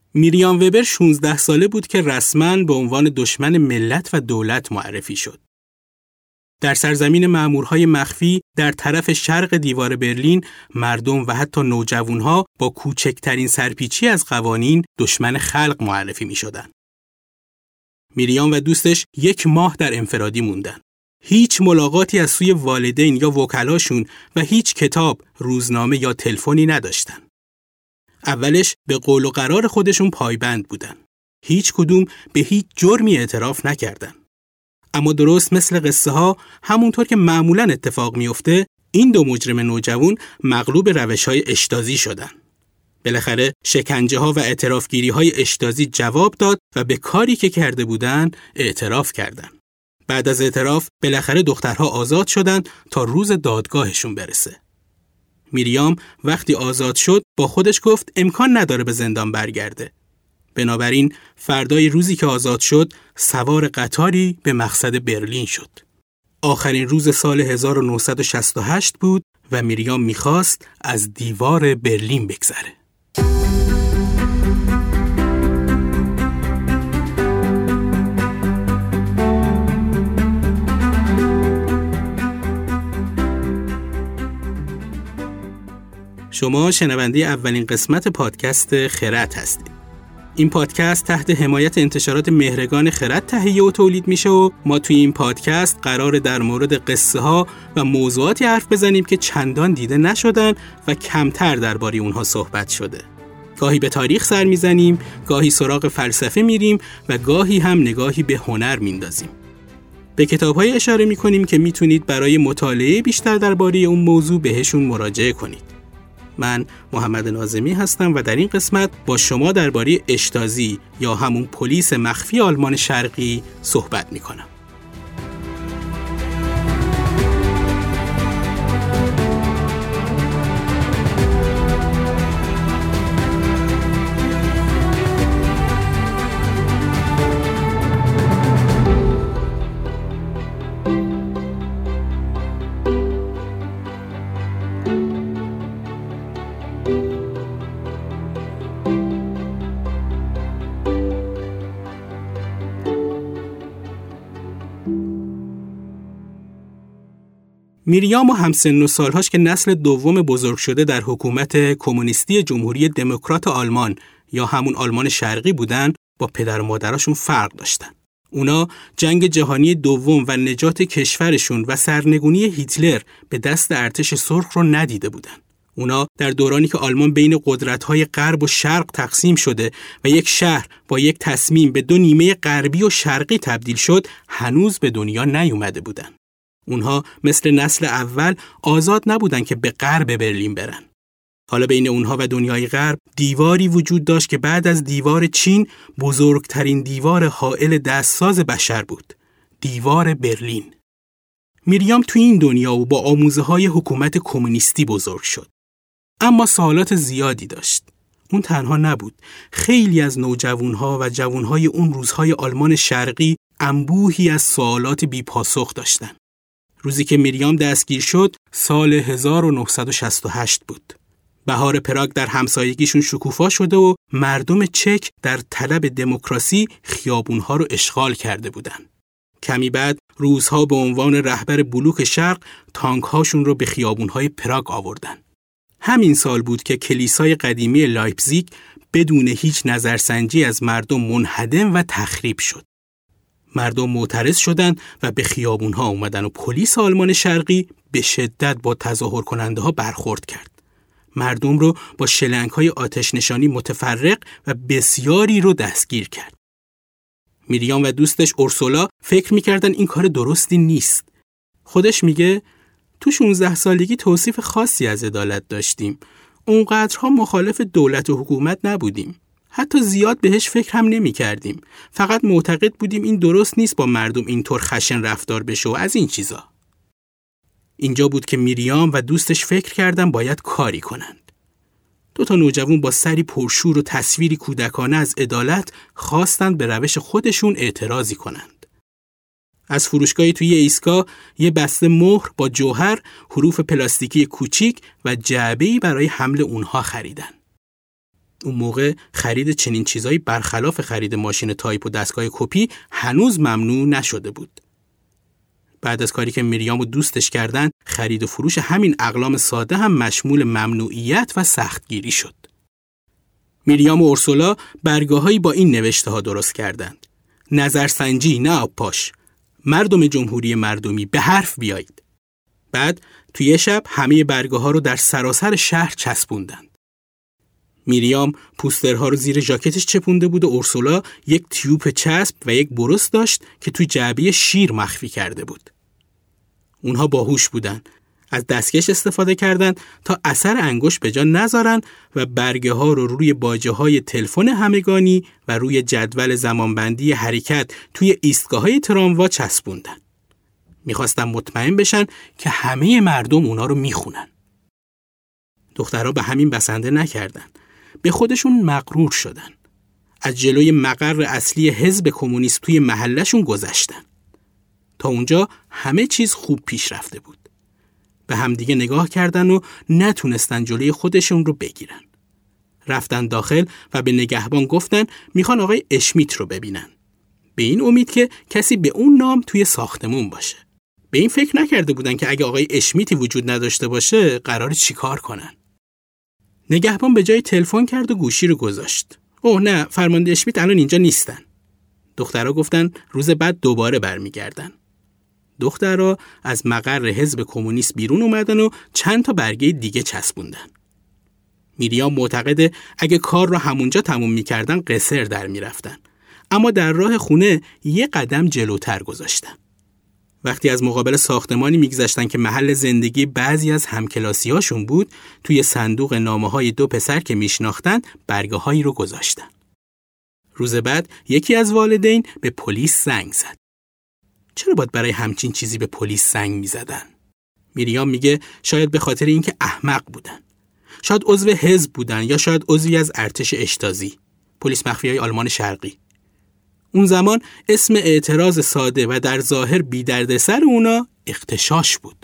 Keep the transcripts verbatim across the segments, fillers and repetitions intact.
میریام وبر شانزده ساله بود که رسماً به عنوان دشمن ملت و دولت معرفی شد. در سرزمین مأمورهای مخفی در طرف شرق دیوار برلین، مردم و حتی نوجوانها با کوچکترین سرپیچی از قوانین دشمن خلق معرفی می شدن. میریام و دوستش یک ماه در انفرادی موندن. هیچ ملاقاتی از سوی والدین یا وکلاشون و هیچ کتاب، روزنامه یا تلفنی نداشتن. اولش به قول و قرار خودشون پایبند بودن. هیچ کدوم به هیچ جرمی اعتراف نکردن. اما درست مثل قصه ها، همونطور که معمولاً اتفاق میفته، این دو مجرم نوجوان مغلوب روش‌های اشتازی شدن. بالاخره شکنجه ها و اعترافگیری های اشتازی جواب داد و به کاری که کرده بودن اعتراف کردن. بعد از اعتراف بالاخره دخترها آزاد شدند تا روز دادگاهشون برسه. میریام وقتی آزاد شد با خودش گفت امکان نداره به زندان برگرده. بنابراین فردای روزی که آزاد شد سوار قطاری به مقصد برلین شد. آخرین روز سال هزار و نهصد و شصت و هشت بود و میریام میخواست از دیوار برلین بگذره. شما شنونده اولین قسمت پادکست خرد هستید. این پادکست تحت حمایت انتشارات مهرگان خرد تهیه و تولید میشه و ما توی این پادکست قراره در مورد قصه ها و موضوعاتی حرف بزنیم که چندان دیده نشدن و کمتر درباره اونها صحبت شده. گاهی به تاریخ سر میزنیم، گاهی سراغ فلسفه میریم و گاهی هم نگاهی به هنر میندازیم. به کتاب‌های اشاره میکنیم که میتونید برای مطالعه بیشتر درباره اون موضوع بهشون مراجعه کنید. من محمد ناظمی هستم و در این قسمت با شما درباره اشتازی یا همون پلیس مخفی آلمان شرقی صحبت میکنم. میریام و همسن و سالهاش که نسل دوم بزرگ شده در حکومت کمونیستی جمهوری دموکرات آلمان یا همون آلمان شرقی بودن، با پدر و مادرشون فرق داشتن. اونا جنگ جهانی دوم و نجات کشورشون و سرنگونی هیتلر به دست ارتش سرخ رو ندیده بودن. اونا در دورانی که آلمان بین قدرت‌های غرب و شرق تقسیم شده و یک شهر با یک تصمیم به دو نیمه غربی و شرقی تبدیل شد، هنوز به دنیا نیومده بودن. اونها مثل نسل اول آزاد نبودن که به غرب برلین برن. حالا بین اونها و دنیای غرب دیواری وجود داشت که بعد از دیوار چین بزرگترین دیوار حائل دستساز بشر بود. دیوار برلین. میریام تو این دنیا و با آموزه‌های حکومت کمونیستی بزرگ شد. اما سوالات زیادی داشت. اون تنها نبود. خیلی از نوجوانها و جوانهای اون روزهای آلمان شرقی انبوهی از سوالات بی پاسخ داشتن. روزی که میریام دستگیر شد سال هزار و نهصد و شصت و هشت بود. بهار پراگ در همسایگیشون شکوفا شده و مردم چک در طلب دموکراسی خیابونها رو اشغال کرده بودن. کمی بعد روزها به عنوان رهبر بلوک شرق تانک‌هاشون رو به خیابونهای پراگ آوردن. همین سال بود که کلیسای قدیمی لایپزیگ بدون هیچ نظرسنجی از مردم منهدم و تخریب شد. مردم معترض شدند و به خیابونها اومدن و پلیس آلمان شرقی به شدت با تظاهر کننده ها برخورد کرد. مردم رو با شلنگ‌های آتش نشانی متفرق و بسیاری رو دستگیر کرد. میریام و دوستش اورسولا فکر می‌کردن این کار درستی نیست. خودش میگه تو شانزده سالگی توصیف خاصی از عدالت داشتیم. اونقدرها مخالف دولت و حکومت نبودیم. حتی زیاد بهش فکر هم نمی کردیم. فقط معتقد بودیم این درست نیست با مردم اینطور خشن رفتار بشه و از این چیزا. اینجا بود که میریام و دوستش فکر کردن باید کاری کنند. دو تا نوجوان با سری پرشور و تصویری کودکانه از عدالت خواستند به روش خودشون اعتراضی کنند. از فروشگاهی توی ایستگاه یه بسته مهر با جوهر، حروف پلاستیکی کوچیک و جعبه‌ای برای حمل اونها خریدن. اون موقع خرید چنین چیزایی برخلاف خرید ماشین تایپ و دستگاه کپی هنوز ممنوع نشده بود. بعد از کاری که میریامو دوستش کردن، خرید و فروش همین اقلام ساده هم مشمول ممنوعیت و سختگیری شد. میریام و اورسولا برگاهایی با این نوشته ها درست کردند: نظرسنجی نه آبپاش، مردم جمهوری مردمی به حرف بیایید. بعد توی یه شب همه برگاه ها رو در سراسر شهر چسبوندند. میریام پوسترها رو زیر ژاکتش چپونده بود و اورسولا یک تیوب چسب و یک برس داشت که توی جعبه شیر مخفی کرده بود. اونها باهوش بودن. از دستکش استفاده کردند تا اثر انگشت به جا نذارن و برگه ها رو روی باجه های تلفن همگانی و روی جدول زمانبندی حرکت توی ایستگاه های تراموا چسبوندن. میخواستن مطمئن بشن که همه مردم اونا رو میخونن. دخترها به همین بسنده نکردن. به خودشون مغرور شدن. از جلوی مقر اصلی حزب کمونیست توی محلشون گذشتن. تا اونجا همه چیز خوب پیش رفته بود. به همدیگه نگاه کردن و نتونستن جلوی خودشون رو بگیرن. رفتن داخل و به نگهبان گفتن میخوان آقای اشمیت رو ببینن. به این امید که کسی به اون نام توی ساختمون باشه. به این فکر نکرده بودن که اگه آقای اشمیتی وجود نداشته باشه قراره چیکار کنن. نگهبان به جای تلفن کرد و گوشی رو گذاشت. اوه نه، فرمانده اشمیت الان اینجا نیستن. دخترها گفتن روز بعد دوباره برمیگردن. دخترها از مقر حزب کمونیست بیرون اومدن و چند تا برگه دیگه چسبوندن. میریام معتقده اگه کار رو همونجا تموم میکردن قصر در میرفتن. اما در راه خونه یه قدم جلوتر گذاشتن. وقتی از مقابل ساختمانی میگذشتن که محل زندگی بعضی از همکلاسیاشون بود، توی صندوق نامه‌های دو پسر که میشناختن برگه‌هایی رو گذاشتن. روز بعد یکی از والدین به پلیس زنگ زد. چرا باید برای همچین چیزی به پلیس زنگ میزدن؟ میریام میگه شاید به خاطر اینکه احمق بودن. شاید عضو حزب بودن یا شاید عضوی از ارتش اشتازی، پلیس مخفیای آلمان شرقی. اون زمان اسم اعتراض ساده و در ظاهر بی دردسر اونا اغتشاش بود.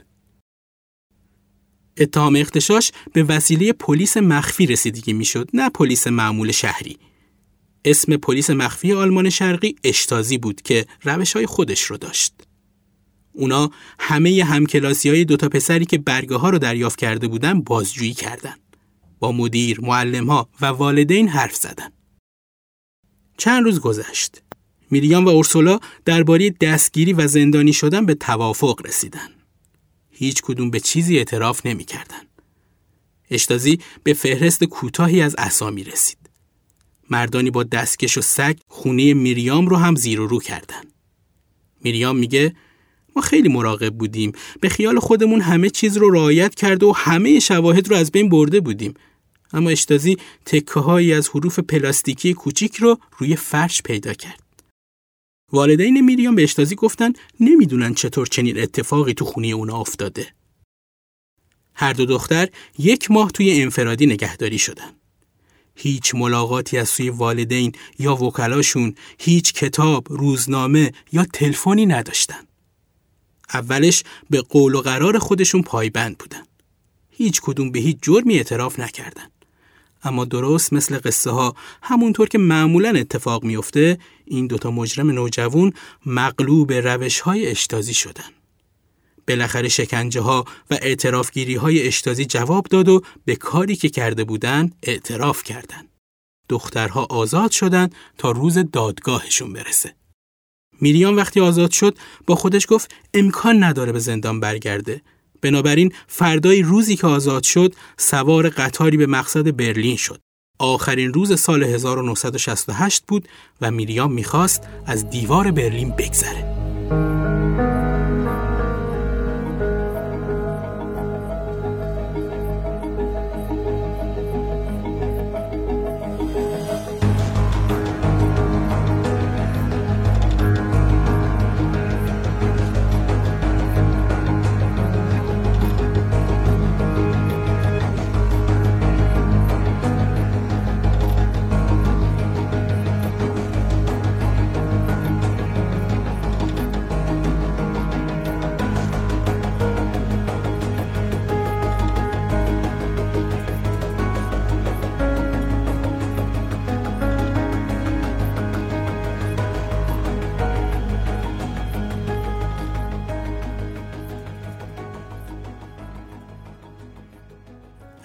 اتهام اغتشاش به وسیله پلیس مخفی رسیدگی میشد، نه پلیس معمول شهری. اسم پلیس مخفی آلمان شرقی اشتازی بود که روش‌های خودش رو داشت. اونا همه همکلاسی‌های دوتا پسری که برگه ها رو دریافت کرده بودن بازجویی کردن. با مدیر، معلم‌ها و والدین حرف زدن. چند روز گذشت. میریام و اورسولا درباره دستگیری و زندانی شدن به توافق رسیدن. هیچ کدوم به چیزی اعتراف نمی‌کردن. اشتازی به فهرست کوتاهی از اسامی رسید. مردانی با دستکش و سگ خونه میریام رو هم زیر و رو کردن. میریام میگه ما خیلی مراقب بودیم. به خیال خودمون همه چیز رو رعایت کرده و همه شواهد رو از بین برده بودیم. اما اشتازی تکه‌هایی از حروف پلاستیکی کوچیک رو روی فرش پیدا کرد. والدین میریام به اشتازی گفتن نمیدونن چطور چنین اتفاقی تو خونه اونا افتاده. هر دو دختر یک ماه توی انفرادی نگهداری شدن. هیچ ملاقاتی از سوی والدین یا وکلاشون، هیچ کتاب، روزنامه یا تلفنی نداشتن. اولش به قول و قرار خودشون پایبند بودن. هیچ کدوم به هیچ جرمی اعتراف نکردن. اما درست مثل قصه ها همونطور که معمولاً اتفاق میفته، این دوتا مجرم نوجوان مغلوب روش های اشتازی شدن. بالاخره شکنجه ها و اعترافگیری های اشتازی جواب داد و به کاری که کرده بودن اعتراف کردن. دخترها آزاد شدن تا روز دادگاهشون برسه. میریام وقتی آزاد شد با خودش گفت امکان نداره به زندان برگرده. بنابراین فردای روزی که آزاد شد سوار قطاری به مقصد برلین شد. آخرین روز سال هزار و نهصد و شصت و هشت بود و میریام میخواست از دیوار برلین بگذره.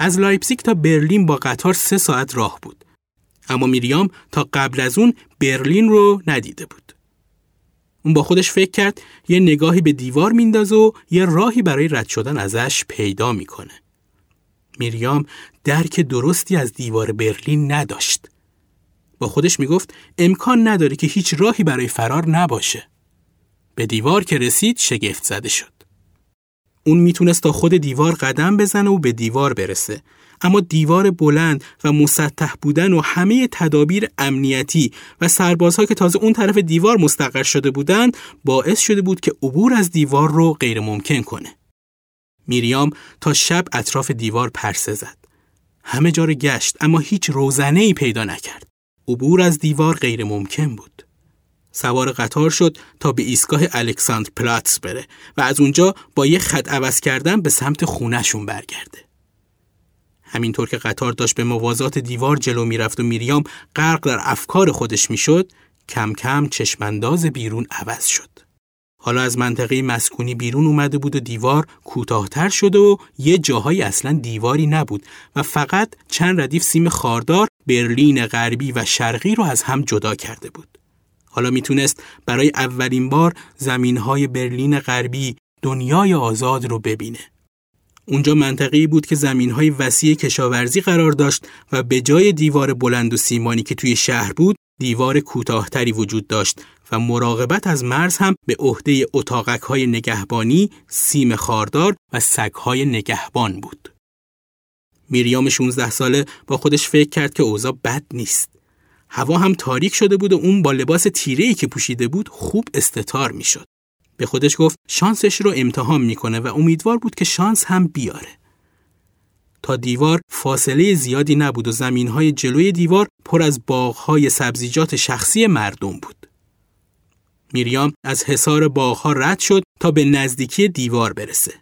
از لایپزیگ تا برلین با قطار سه ساعت راه بود. اما میریام تا قبل از اون برلین رو ندیده بود. اون با خودش فکر کرد یه نگاهی به دیوار میندازه و یه راهی برای رد شدن ازش پیدا میکنه. میریام درک درستی از دیوار برلین نداشت. با خودش میگفت امکان نداره که هیچ راهی برای فرار نباشه. به دیوار که رسید شگفت زده شد. اون میتونست تا خود دیوار قدم بزنه و به دیوار برسه. اما دیوار بلند و مسطح بودن و همه تدابیر امنیتی و سربازها که تازه اون طرف دیوار مستقر شده بودن باعث شده بود که عبور از دیوار رو غیر ممکن کنه. میریام تا شب اطراف دیوار پرسه زد. همه جا رو گشت اما هیچ روزنه‌ای پیدا نکرد. عبور از دیوار غیر ممکن بود. سوار قطار شد تا به ایستگاه الکساندر پلاتس بره و از اونجا با یه خط عوض کردن به سمت خونه‌شون برگرده. همینطور که قطار داشت به موازات دیوار جلو میرفت و میریام غرق در افکار خودش میشد، کم کم چشمانداز بیرون عوض شد. حالا از منطقه مسکونی بیرون اومده بود و دیوار کوتاه‌تر شده و یه جاهایی اصلاً دیواری نبود و فقط چند ردیف سیم خاردار برلین غربی و شرقی رو از هم جدا کرده بود. حالا میتونست برای اولین بار زمین‌های برلین غربی، دنیای آزاد رو ببینه. اونجا منطقه‌ای بود که زمین‌های وسیع کشاورزی قرار داشت و به جای دیوار بلند و سیمانی که توی شهر بود، دیوار کوتاه‌تری وجود داشت و مراقبت از مرز هم به عهده اتاقک‌های نگهبانی، سیم خاردار و سگ‌های نگهبان بود. میریام شانزده ساله با خودش فکر کرد که اوضاع بد نیست. هوا هم تاریک شده بود و اون با لباس تیره‌ای که پوشیده بود خوب استتار میشد. به خودش گفت شانسش رو امتحان میکنه و امیدوار بود که شانس هم بیاره. تا دیوار فاصله زیادی نبود و زمینهای جلوی دیوار پر از باغهای سبزیجات شخصی مردم بود. میریام از حصار باغها رد شد تا به نزدیکی دیوار برسه.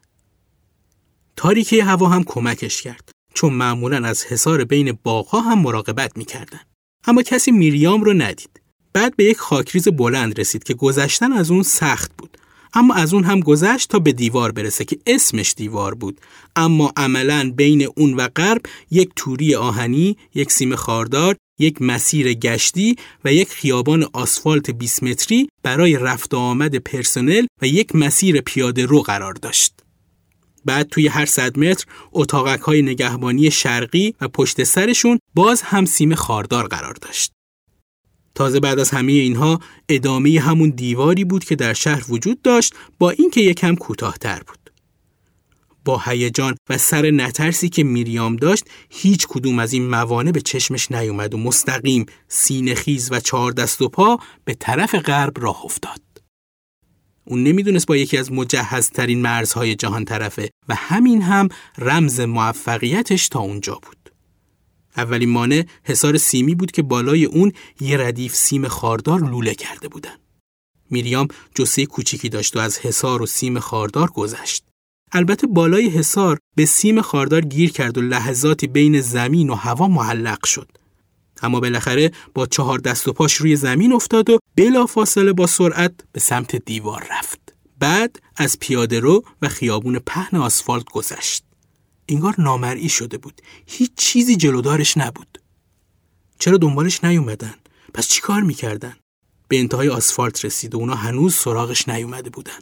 تاریکی هوا هم کمکش کرد، چون معمولاً از حصار بین باغها هم مراقبت میکردن. اما کسی میریام رو ندید. بعد به یک خاکریز بلند رسید که گذشتن از اون سخت بود. اما از اون هم گذشت تا به دیوار برسه که اسمش دیوار بود. اما عملاً بین اون و غرب یک توری آهنی، یک سیم خاردار، یک مسیر گشتی و یک خیابان آسفالت بیست متری برای رفت و آمد پرسنل و یک مسیر پیاده رو قرار داشت. بعد توی هر صد متر اتاقک‌های نگهبانی شرقی و پشت سرشون باز هم سیم خاردار قرار داشت. تازه بعد از همه اینها ادامه همون دیواری بود که در شهر وجود داشت، با اینکه یکم کوتاه‌تر بود. با هیجان و سر نترسی که میریام داشت، هیچ کدوم از این موانع به چشمش نیومد و مستقیم سینه خیز و چهار دست و پا به طرف غرب راه افتاد. اون نمیدونست با یکی از مجهزترین مرزهای جهان طرفه و همین هم رمز موفقیتش تا اونجا بود. اولین مانع حصار سیمی بود که بالای اون یه ردیف سیم خاردار لوله کرده بودن. میریام جثه کوچیکی داشت و از حصار و سیم خاردار گذشت. البته بالای حصار به سیم خاردار گیر کرد و لحظاتی بین زمین و هوا معلق شد. اما بالاخره با چهار دست و پاش روی زمین افتاد و بلافاصله با سرعت به سمت دیوار رفت. بعد از پیاده رو و خیابون پهن آسفالت گذشت. انگار نامرئی شده بود. هیچ چیزی جلودارش نبود. چرا دنبالش نیومدن؟ پس چی کار میکردن؟ به انتهای آسفالت رسید و اونا هنوز سراغش نیومده بودن.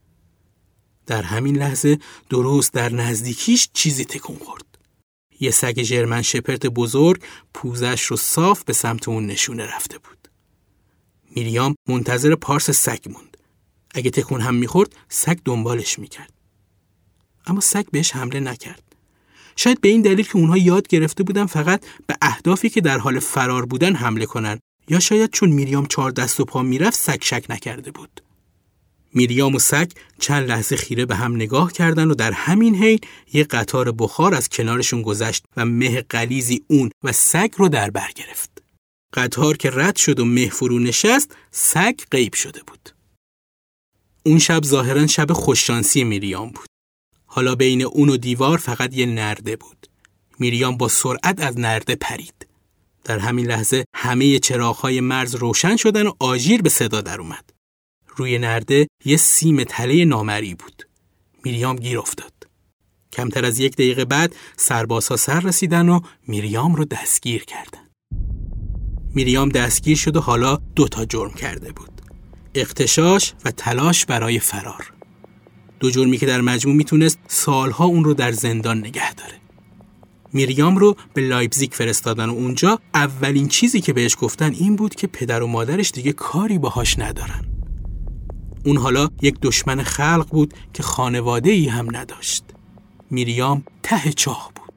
در همین لحظه درست در نزدیکیش چیزی تکون خورد. یه سگ ژرمن شپرد بزرگ پوزش رو صاف به سمت اون نشونه رفته بود. میریام منتظر پارس سگ موند. اگه تکون هم میخورد سگ دنبالش میکرد. اما سگ بهش حمله نکرد. شاید به این دلیل که اونها یاد گرفته بودن فقط به اهدافی که در حال فرار بودن حمله کنن، یا شاید چون میریام چهار دست و پا میرفت سگ شک نکرده بود. میریام و سگ چند لحظه خیره به هم نگاه کردن و در همین حین یه قطار بخار از کنارشون گذشت و مه غلیظی اون و سگ رو در بر گرفت. قطار که رد شد و مه فرو نشست، سگ غیب شده بود. اون شب ظاهراً شب خوششانسی میریام بود. حالا بین اون و دیوار فقط یه نرده بود. میریام با سرعت از نرده پرید. در همین لحظه همه چراغ‌های مرز روشن شدن و آژیر به صدا در اومد. روی نرده یه سیم تله نامرئی بود. میریام گیر افتاد. کمتر از یک دقیقه بعد سربازها سر رسیدن و میریام رو دستگیر کردن. میریام دستگیر شد و حالا دو تا جرم کرده بود: اغتشاش و تلاش برای فرار. دو جرمی که در مجموع میتونست سالها اون رو در زندان نگه داره. میریام رو به لایپزیگ فرستادن و اونجا اولین چیزی که بهش گفتن این بود که پدر و مادرش دیگه کاری باهاش ندارن. اون حالا یک دشمن خلق بود که خانواده‌ای هم نداشت. میریام ته چاه بود.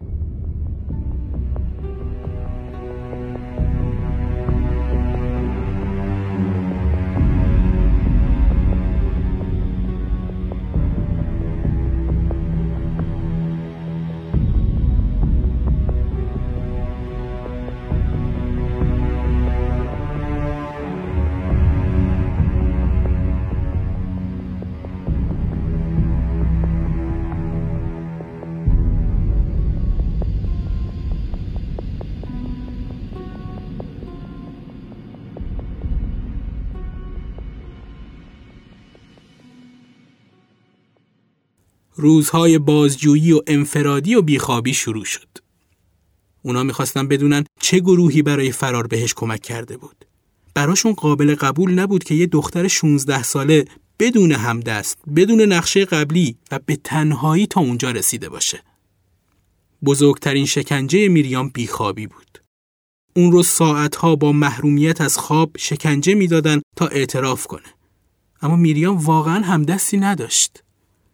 روزهای بازجویی و انفرادی و بیخوابی شروع شد. اونا میخواستن بدونن چه گروهی برای فرار بهش کمک کرده بود. براشون قابل قبول نبود که یه دختر شانزده ساله بدون همدست، بدون نقشه قبلی و به تنهایی تا اونجا رسیده باشه. بزرگترین شکنجه میریام بیخوابی بود. اون رو ساعتها با محرومیت از خواب شکنجه میدادن تا اعتراف کنه. اما میریام واقعا همدستی نداشت.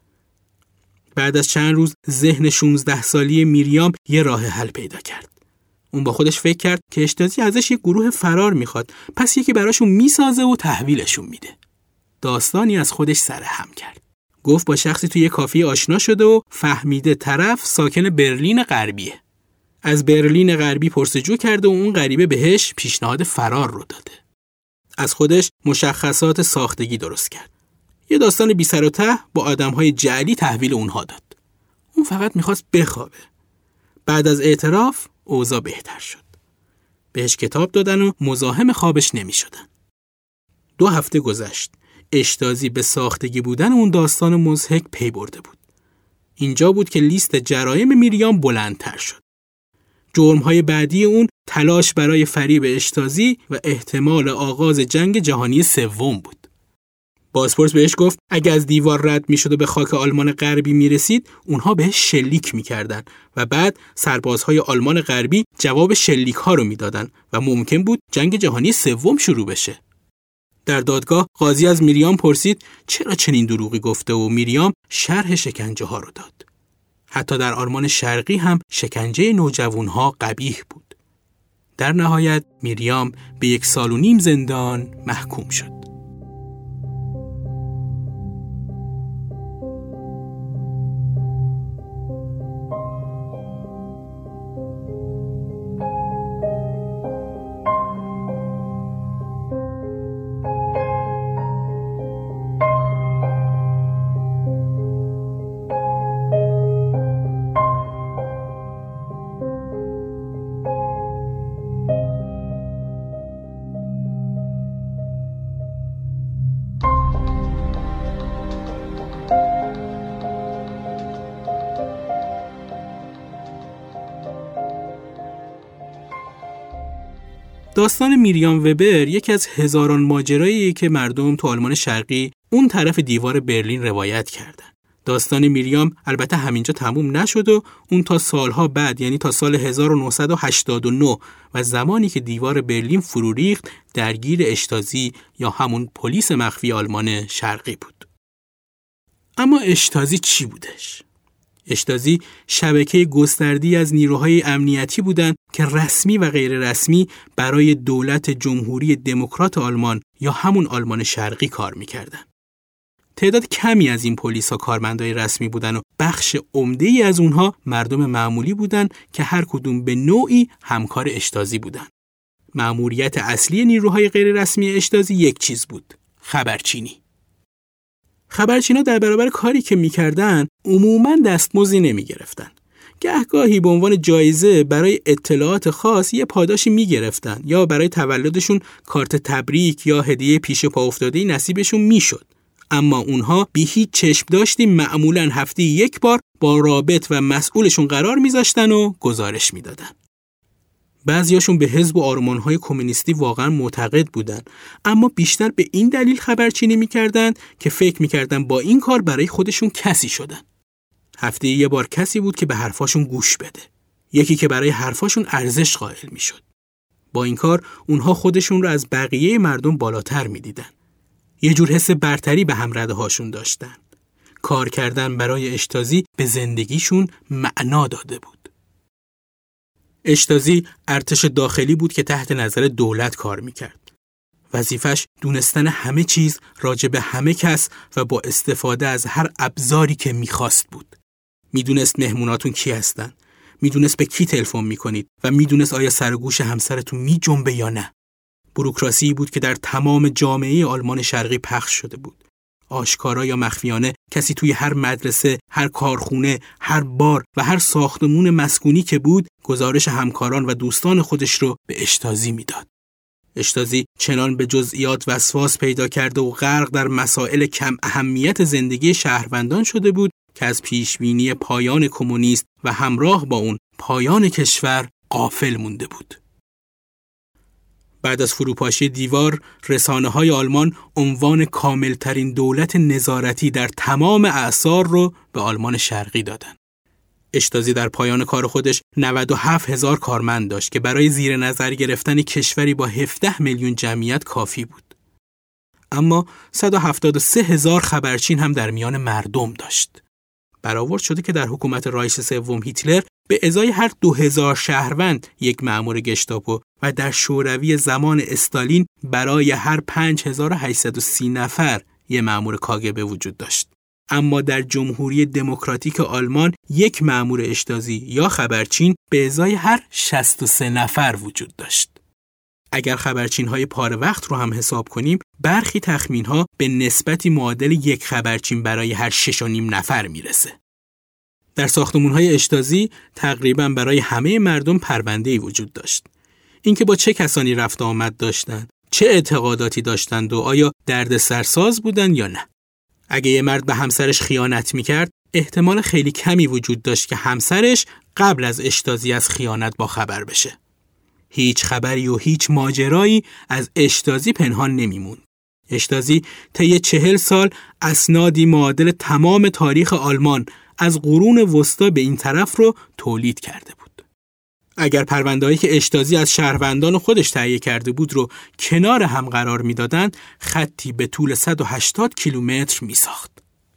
بعد از چند روز ذهن شانزده سالی میریام یه راه حل پیدا کرد. اون با خودش فکر کرد که اشتازی ازش یه گروه فرار میخواد، پس یکی براشون میسازه و تحویلشون میده. داستانی از خودش سرهم کرد. گفت با شخصی توی یه کافه آشنا شده و فهمیده طرف ساکن برلین غربیه. از برلین غربی پرسجو کرده و اون غریبه بهش پیشنهاد فرار رو داده. از خودش مشخصات ساختگی درست کرد. یه داستان بی سر و ته با آدم‌های جعلی تحویل اونها داد. اون فقط میخواست بخوابه. بعد از اعتراف اوضاع بهتر شد. بهش کتاب دادن و مزاحم خوابش نمی‌شدن. دو هفته گذشت. اشتازی به ساختگی بودن اون داستان مضحک پی برده بود. اینجا بود که لیست جرایم میریام بلندتر شد. جرم‌های بعدی اون تلاش برای فریب اشتازی و احتمال آغاز جنگ جهانی سوم بود. بازپرس بهش گفت اگه از دیوار رد میشد و به خاک آلمان غربی میرسید اونها بهش شلیک میکردن و بعد سربازهای آلمان غربی جواب شلیک ها رو میدادن و ممکن بود جنگ جهانی سوم شروع بشه. در دادگاه قاضی از میریام پرسید چرا چنین دروغی گفته و میریام شرح شکنجه ها رو داد. حتی در آلمان شرقی هم شکنجه نوجوان ها قبیح بود. در نهایت میریام به یک سال و نیم زندان محکوم شد. داستان میریام وبر یکی از هزاران ماجراییه که مردم تو آلمان شرقی اون طرف دیوار برلین روایت کردن. داستان میریام البته همینجا تموم نشد و اون تا سالها بعد، یعنی تا سال هزار و نهصد و هشتاد و نه و زمانی که دیوار برلین فرو ریخت، درگیر اشتازی یا همون پلیس مخفی آلمان شرقی بود. اما اشتازی چی بودش؟ اشتازی شبکه گسترده‌ای از نیروهای امنیتی بودند که رسمی و غیر رسمی برای دولت جمهوری دموکرات آلمان یا همون آلمان شرقی کار می‌کردند. تعداد کمی از این پلیس‌ها کارمندای رسمی بودن و بخش عمده‌ای از اونها مردم معمولی بودن که هر کدوم به نوعی همکار اشتازی بودن. مأموریت اصلی نیروهای غیر رسمی اشتازی یک چیز بود: خبرچینی. خبرچینا در برابر کاری که می‌کردن عموماً دستمزدی نمی‌گرفتن. گهگاهی به عنوان جایزه برای اطلاعات خاص یه پاداشی می‌گرفتن یا برای تولدشون کارت تبریک یا هدیه پیش پا افتاده‌ای نصیبشون میشد. اما اونها بی هیچ چشم داشتی معمولاً هفته یک بار با رابط و مسئولشون قرار میذاشتن و گزارش میدادن. بعضیاشون به حزب و آرمان‌های کمونیستی واقعاً معتقد بودن، اما بیشتر به این دلیل خبرچینی می‌کردن که فکر می‌کردن با این کار برای خودشون کسی شدن. هفته یه بار کسی بود که به حرفاشون گوش بده. یکی که برای حرفاشون ارزش قائل می‌شد. با این کار اونها خودشون رو از بقیه مردم بالاتر می‌دیدن. یه جور حس برتری به همرده هاشون داشتن. کار کردن برای اشتازی به زندگیشون معنا داده بود. اشتازی ارتش داخلی بود که تحت نظر دولت کار میکرد. وظیفش دونستن همه چیز راجع به همه کس و با استفاده از هر ابزاری که میخواست بود. میدونست مهموناتون کی هستن، میدونست به کی تلفن میکنید و میدونست آیا سر و گوش همسرتون میجنبه یا نه. بوروکراسی بود که در تمام جامعه آلمان شرقی پخش شده بود. آشکارا یا مخفیانه کسی توی هر مدرسه، هر کارخونه، هر بار و هر ساختمون مسکونی که بود گزارش همکاران و دوستان خودش رو به اشتازی میداد. اشتازی چنان به جزئیات وسواس پیدا کرده و غرق در مسائل کم اهمیت زندگی شهروندان شده بود که از پیشبینی پایان کمونیست و همراه با اون پایان کشور غافل مونده بود. بعد از فروپاشی دیوار، رسانه‌های آلمان عنوان کاملترین دولت نظارتی در تمام اعصار رو به آلمان شرقی دادن. اشتازی در پایان کار خودش نود و هفت هزار کارمند داشت که برای زیر نظر گرفتن کشوری با هفده میلیون جمعیت کافی بود. اما صد و هفتاد و سه هزار خبرچین هم در میان مردم داشت. برآورد شده که در حکومت رایش سوم هیتلر به ازای هر دو هزار شهروند یک مأمور گشتاپو و در شوروی زمان استالین برای هر پنج هزار و هشتصد و سی نفر یک مأمور کاگبه وجود داشت. اما در جمهوری دموکراتیک آلمان یک مأمور اشتازی یا خبرچین به ازای هر شصت و سه نفر وجود داشت. اگر خبرچین‌های پاره وقت رو هم حساب کنیم، برخی تخمین‌ها به نسبتی معادل یک خبرچین برای هر شش و نیم نفر میرسه. در ساختمان‌های اشتازی تقریباً برای همه مردم پرونده‌ای وجود داشت. اینکه با چه کسانی رفت آمد داشتند، چه اعتقاداتی داشتند و آیا دردسرساز بودند یا نه. اگه یه مرد به همسرش خیانت می‌کرد، احتمال خیلی کمی وجود داشت که همسرش قبل از اشتازی از خیانت با خبر بشه. هیچ خبری و هیچ ماجرایی از اشتازی پنهان نمیموند. اشتازی طی چهل سال اسنادی معادل تمام تاریخ آلمان از قرون وسطا به این طرف رو تولید کرده بود. اگر پرونده‌هایی که اشتازی از شهروندان خودش تهیه کرده بود رو کنار هم قرار می‌دادند، خطی به طول صد و هشتاد کیلومتر می‌ساخت.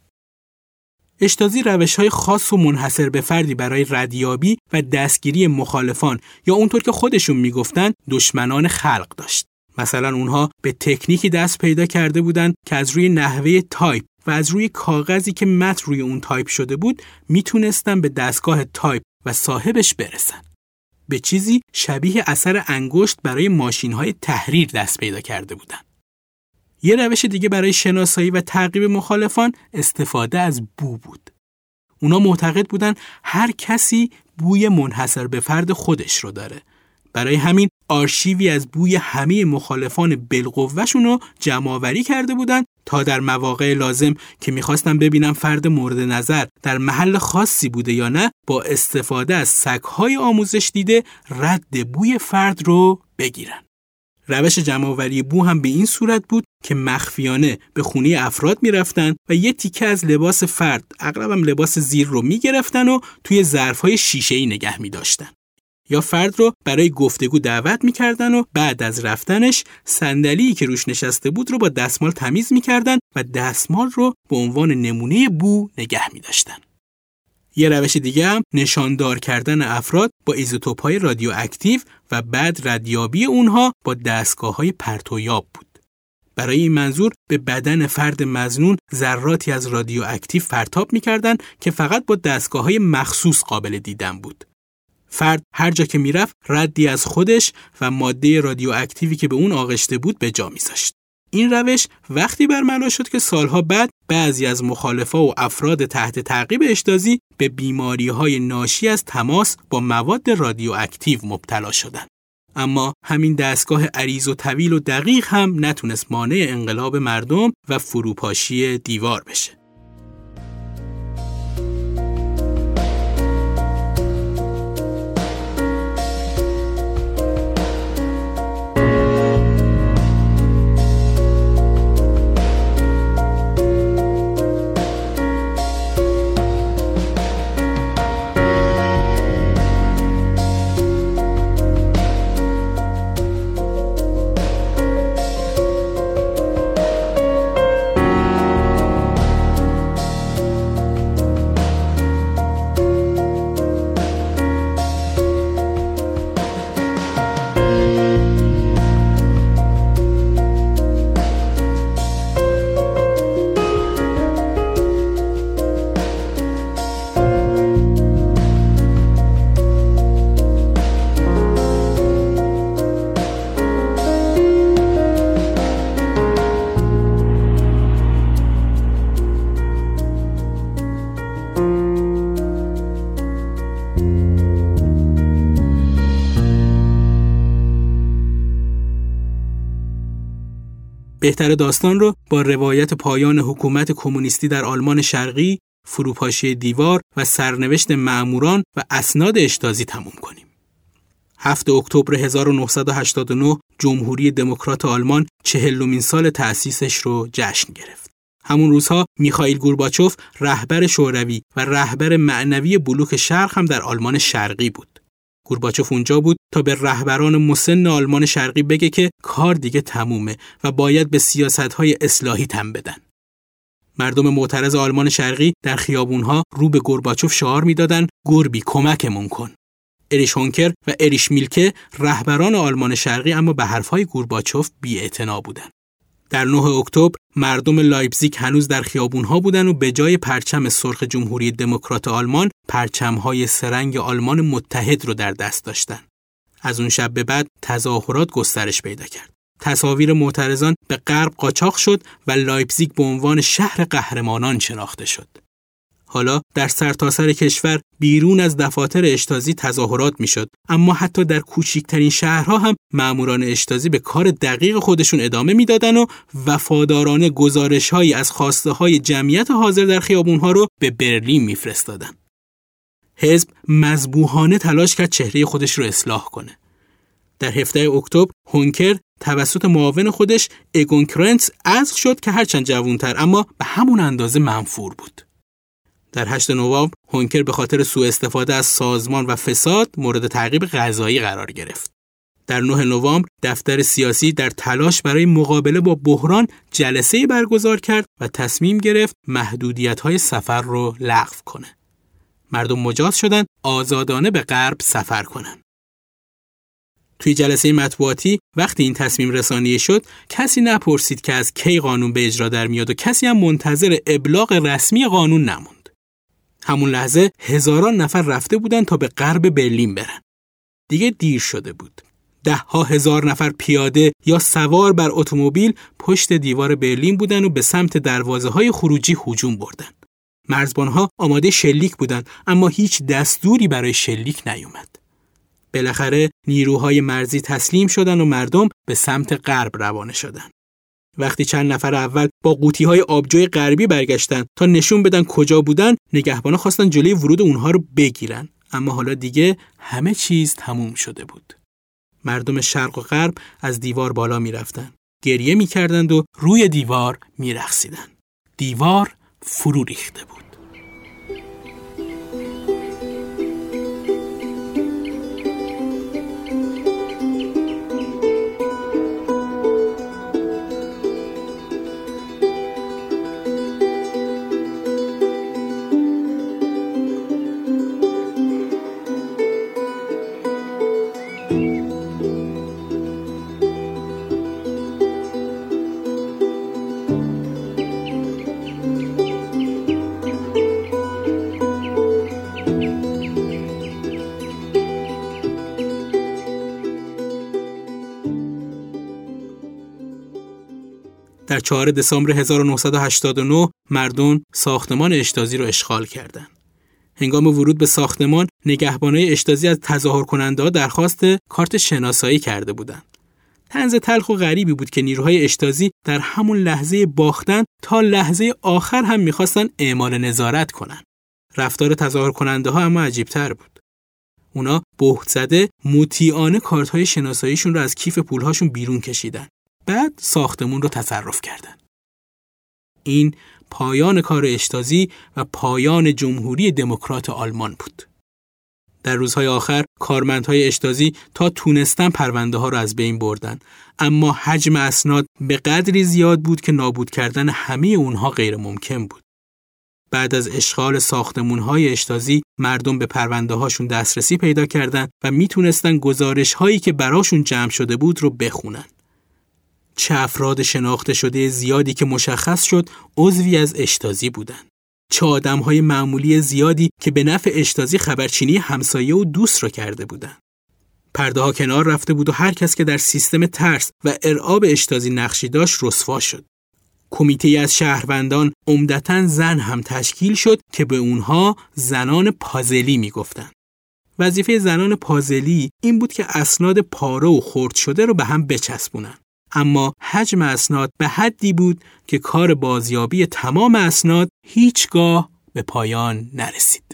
اشتازی روش‌های خاص و منحصر به فردی برای ردیابی و دستگیری مخالفان یا اونطور که خودشون میگفتن دشمنان خلق داشت. مثلا اونها به تکنیکی دست پیدا کرده بودند که از روی نحوه تایپ و از روی کاغذی که متن روی اون تایپ شده بود میتونستن به دستگاه تایپ و صاحبش برسن. به چیزی شبیه اثر انگشت برای ماشین‌های تحریر دست پیدا کرده بودند. یه روش دیگه برای شناسایی و تعقیب مخالفان استفاده از بو بود. اونا معتقد بودن هر کسی بوی منحصر به فرد خودش رو داره. برای همین آرشیوی از بوی همه مخالفان بالقوه‌شون رو جمع‌آوری کرده بودن تا در مواقع لازم که می‌خواستن ببینن فرد مورد نظر در محل خاصی بوده یا نه، با استفاده از سگ‌های آموزش دیده رد بوی فرد رو بگیرن. روش جمع‌آوری بو هم به این صورت بود که مخفیانه به خونه افراد می‌رفتن و یه تیکه از لباس فرد، اغلبم لباس زیر رو می‌گرفتن و توی ظرف‌های شیشه‌ای نگه می‌داشتن. یا فرد رو برای گفتگو دعوت می‌کردن و بعد از رفتنش صندلی که روش نشسته بود رو با دستمال تمیز می‌کردن و دستمال رو به عنوان نمونه بو نگه می‌داشتن. یه روش دیگه هم نشاندار کردن افراد با ایزوتوپ‌های رادیواکتیو و بعد ردیابی اونها با دستگاه‌های پرتویاب بود. برای این منظور به بدن فرد مظنون ذراتی از رادیواکتیو پرتاب می‌کردن که فقط با دستگاه‌های مخصوص قابل دیدن بود. فرد هر جا که میرفت ردی از خودش و ماده رادیواکتیوی که به اون آغشته بود به جا می‌ذاشت. این روش وقتی برملا شد که سالها بعد بعضی از مخالفا و افراد تحت تعقیب اشتازی به بیماری‌های ناشی از تماس با مواد رادیواکتیو مبتلا شدند. اما همین دستگاه عریض و طویل و دقیق هم نتونست مانع انقلاب مردم و فروپاشی دیوار بشه. بهتر داستان رو با روایت پایان حکومت کمونیستی در آلمان شرقی، فروپاشی دیوار و سرنوشت مأموران و اسناد اشتازی تموم کنیم. هفتم اکتبر هزار و نهصد و هشتاد و نه جمهوری دموکرات آلمان چهلمین سال تأسیسش رو جشن گرفت. همون روزها میخائیل گورباچوف رهبر شوروی و رهبر معنوی بلوک شرق هم در آلمان شرقی بود. گورباچوف اونجا بود تا به رهبران مسن آلمان شرقی بگه که کار دیگه تمومه و باید به سیاست‌های اصلاحی تن بدن. مردم معترض آلمان شرقی در خیابونها رو به گورباچوف شعار میدادن گوربی کمکمون کن. اریش هونکر و اریش میلکه رهبران آلمان شرقی اما به حرفهای گورباچوف بی‌اعتنا بودن. در نهم اکتبر مردم لایپزیگ هنوز در خیابونها بودن و به جای پرچم سرخ جمهوری دموکرات آلمان پرچم‌های سه‌رنگ آلمان متحد رو در دست داشتن. از اون شب به بعد تظاهرات گسترش پیدا کرد. تصاویر معترضان به غرب قاچاق شد و لایپزیگ به عنوان شهر قهرمانان شناخته شد. حالا در سرتاسر کشور بیرون از دفاتر اشتازی تظاهرات میشد، اما حتی در کوچکترین شهرها هم ماموران اشتازی به کار دقیق خودشون ادامه میدادن و وفادارانه گزارش‌هایی از خواسته‌های جمعیت حاضر در خیابون‌ها رو به برلین میفرستادن. حزب مذبوحانه تلاش کرد چهره خودش رو اصلاح کنه. در هفدهم اکتبر هونکر توسط معاون خودش اگون کرنتز عزل شد که هرچند جوان‌تر اما به همون اندازه منفور بود. در هشتم نوامبر هونکر به خاطر سوء استفاده از سازمان و فساد مورد تعقیب قضایی قرار گرفت. در نهم نوامبر دفتر سیاسی در تلاش برای مقابله با بحران جلسه‌ای برگزار کرد و تصمیم گرفت محدودیت‌های سفر رو لغو کنه. مردم مجاز شدند آزادانه به غرب سفر کنند. توی جلسه مطبوعاتی وقتی این تصمیم رسانی شد کسی نپرسید که از کی قانون به اجرا در میاد و کسی هم منتظر ابلاغ رسمی قانون نموند. همون لحظه هزاران نفر رفته بودن تا به غرب برلین برن. دیگه دیر شده بود. ده ها هزار نفر پیاده یا سوار بر اتومبیل پشت دیوار برلین بودن و به سمت دروازه‌های خروجی هجوم بردن. مرزبانها آماده شلیک بودند اما هیچ دستوری برای شلیک نیومد. بالاخره نیروهای مرزی تسلیم شدند و مردم به سمت غرب روانه شدند. وقتی چند نفر اول با قوطی‌های آبجوی غربی برگشتن تا نشون بدن کجا بودن، نگهبانا خواستن جلوی ورود اونها رو بگیرن، اما حالا دیگه همه چیز تموم شده بود. مردم شرق و غرب از دیوار بالا می‌رفتند، گریه می‌کردند و روی دیوار می‌رقصیدند. دیوار فرو ریخته بود. در چهارم دسامبر هزار و نهصد و هشتاد و نه مردم ساختمان اشتازی را اشغال کردند. هنگام ورود به ساختمان نگهبانای اشتازی از تظاهر کننده‌ها درخواست کارت شناسایی کرده بودند. طنز تلخ و غریبی بود که نیروهای اشتازی در همون لحظه باختن تا لحظه آخر هم می‌خواستن اعمال نظارت کنن. رفتار تظاهر کننده‌ها اما عجیب‌تر بود. اونا بهت زده مطیعانه کارت‌های شناساییشون رو از کیف پولهاشون بیرون کشیدن. بعد ساختمون رو تصرف کردن. این پایان کار اشتازی و پایان جمهوری دموکرات آلمان بود. در روزهای آخر کارمندهای اشتازی تا تونستن پرونده ها رو از بین بردن، اما حجم اسناد به قدری زیاد بود که نابود کردن همه اونها غیر ممکن بود. بعد از اشغال ساختمون‌های اشتازی مردم به پرونده هاشون دسترسی پیدا کردن و میتونستن گزارش هایی که براشون جمع شده بود رو بخونن. چه افراد شناخته شده زیادی که مشخص شد عضوی از اشتازی بودن. چه آدم‌های معمولی زیادی که به نفع اشتازی خبرچینی همسایه و دوست را کرده بودند. پرده‌ها کنار رفته بود و هر کس که در سیستم ترس و ارعاب اشتازی نقشی داشت رسوا شد. کمیته از شهروندان عمدتاً زن هم تشکیل شد که به اونها زنان پازلی میگفتند. وظیفه زنان پازلی این بود که اسناد پاره و خرد شده رو به هم بچسبونن. اما حجم اسناد به حدی بود که کار بازیابی تمام اسناد هیچگاه به پایان نرسید.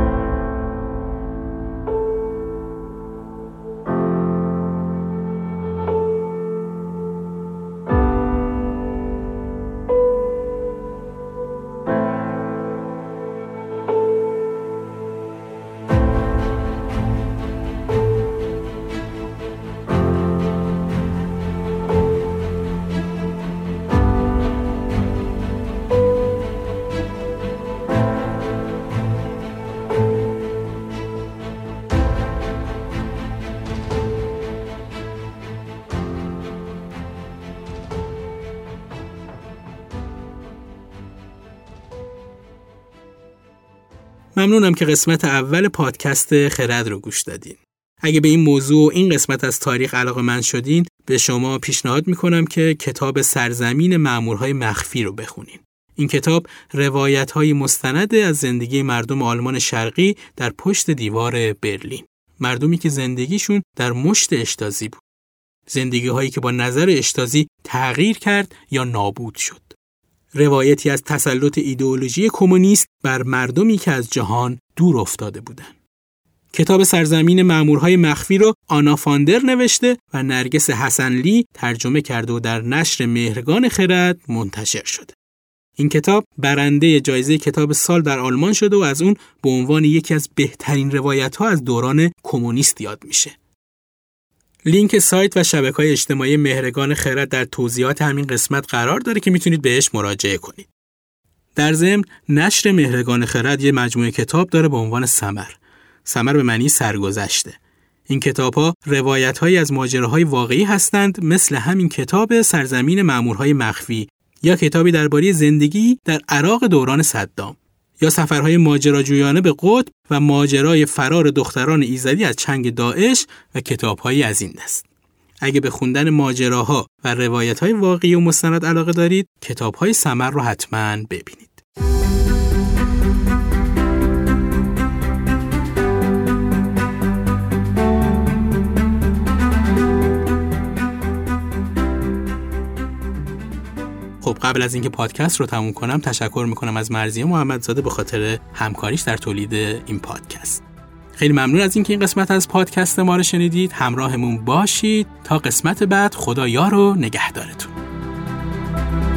ممنونم که قسمت اول پادکست خرد رو گوش دادین. اگه به این موضوع و این قسمت از تاریخ علاقه‌مند شدین، به شما پیشنهاد میکنم که کتاب سرزمین مأمورهای مخفی رو بخونین. این کتاب روایت‌های مستند از زندگی مردم آلمان شرقی در پشت دیوار برلین. مردمی که زندگیشون در مشت اشتازی بود. زندگی‌هایی که با نظر اشتازی تغییر کرد یا نابود شد. روایتی از تسلط ایدئولوژی کمونیست بر مردمی که از جهان دور افتاده بودند. کتاب سرزمین مأمورهای مخفی رو آنا فاندر نوشته و نرگس حسنلی ترجمه کرده و در نشر مهرگان خرد منتشر شده. این کتاب برنده جایزه کتاب سال در آلمان شده و از اون به عنوان یکی از بهترین روایت‌ها از دوران کمونیست یاد میشه. لینک سایت و شبکه‌های اجتماعی مهرگان خرد در توضیحات همین قسمت قرار داره که میتونید بهش مراجعه کنید. در ضمن نشر مهرگان خرد یه مجموعه کتاب داره به عنوان ثمر. ثمر به معنی سرگذشته. این کتاب‌ها روایت‌هایی از ماجراهای واقعی هستند، مثل همین کتاب سرزمین مأمورهای مخفی یا کتابی درباره زندگی در عراق دوران صدام یا سفرهای ماجراجویانه به قطب و ماجرای فرار دختران ایزدی از چنگ داعش و کتاب‌هایی از این دست. اگه به خوندن ماجراها و روایت‌های واقعی و مستند علاقه دارید، کتاب‌های ثمر رو حتماً ببینید. خب قبل از اینکه پادکست رو تموم کنم تشکر میکنم از مرضیه محمدزاده به خاطر همکاریش در تولید این پادکست. خیلی ممنون از اینکه این قسمت از پادکست ما رو شنیدید. همراهمون باشید تا قسمت بعد. خدا یار و نگهدارتون.